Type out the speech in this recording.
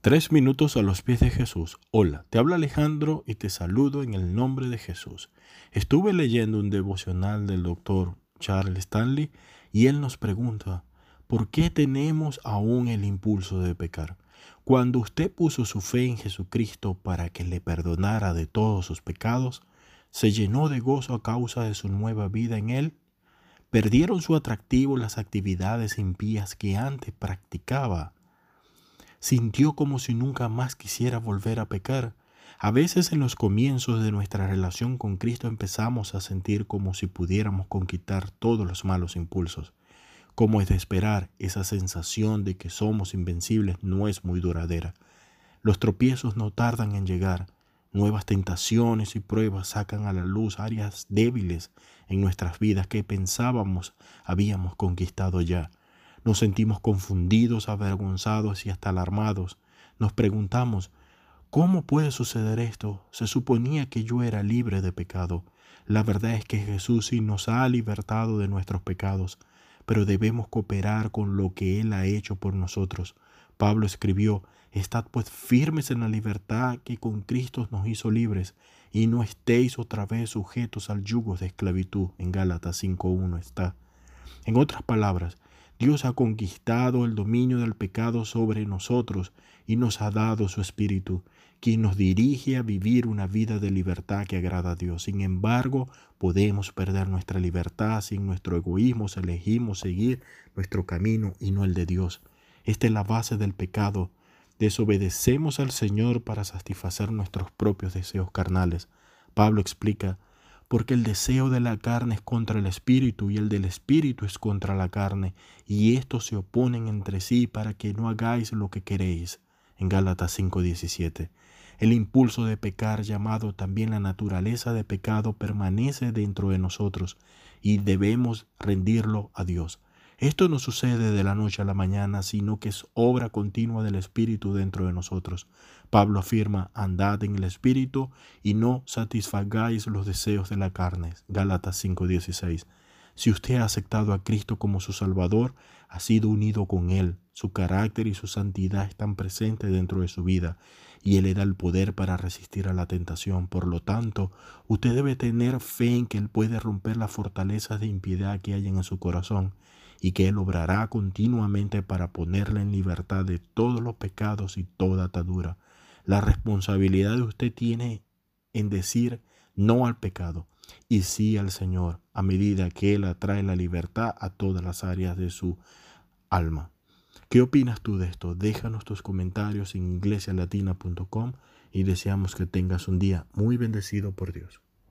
3 minutos a los pies de Jesús. Hola, te habla Alejandro y te saludo en el nombre de Jesús. Estuve leyendo un devocional del doctor Charles Stanley y él nos pregunta, ¿por qué tenemos aún el impulso de pecar? Cuando usted puso su fe en Jesucristo para que le perdonara de todos sus pecados, ¿se llenó de gozo a causa de su nueva vida en él? ¿Perdieron su atractivo las actividades impías que antes practicaba? Sintió como si nunca más quisiera volver a pecar. A veces en los comienzos de nuestra relación con Cristo empezamos a sentir como si pudiéramos conquistar todos los malos impulsos. Como es de esperar, esa sensación de que somos invencibles no es muy duradera. Los tropiezos no tardan en llegar. Nuevas tentaciones y pruebas sacan a la luz áreas débiles en nuestras vidas que pensábamos habíamos conquistado ya. Nos sentimos confundidos, avergonzados y hasta alarmados. Nos preguntamos, ¿cómo puede suceder esto? Se suponía que yo era libre de pecado. La verdad es que Jesús sí nos ha libertado de nuestros pecados, pero debemos cooperar con lo que Él ha hecho por nosotros. Pablo escribió, «Estad pues firmes en la libertad que con Cristo nos hizo libres, y no estéis otra vez sujetos al yugo de esclavitud». En Gálatas 5:1 está. En otras palabras, Dios ha conquistado el dominio del pecado sobre nosotros y nos ha dado su Espíritu, quien nos dirige a vivir una vida de libertad que agrada a Dios. Sin embargo, podemos perder nuestra libertad si en nuestro egoísmo elegimos seguir nuestro camino y no el de Dios. Esta es la base del pecado. Desobedecemos al Señor para satisfacer nuestros propios deseos carnales. Pablo explica, porque el deseo de la carne es contra el espíritu y el del espíritu es contra la carne, y estos se oponen entre sí para que no hagáis lo que queréis. En Gálatas 5:17. El impulso de pecar, llamado también la naturaleza de pecado, permanece dentro de nosotros y debemos rendirlo a Dios. Esto no sucede de la noche a la mañana, sino que es obra continua del Espíritu dentro de nosotros. Pablo afirma, andad en el Espíritu y no satisfagáis los deseos de la carne. Gálatas 5:16. Si usted ha aceptado a Cristo como su Salvador, ha sido unido con Él. Su carácter y su santidad están presentes dentro de su vida y Él le da el poder para resistir a la tentación. Por lo tanto, usted debe tener fe en que Él puede romper las fortalezas de impiedad que hay en su corazón y que Él obrará continuamente para ponerle en libertad de todos los pecados y toda atadura. La responsabilidad de usted tiene en decir no al pecado y sí al Señor, a medida que Él atrae la libertad a todas las áreas de su alma. ¿Qué opinas tú de esto? Déjanos tus comentarios en iglesialatina.com y deseamos que tengas un día muy bendecido por Dios.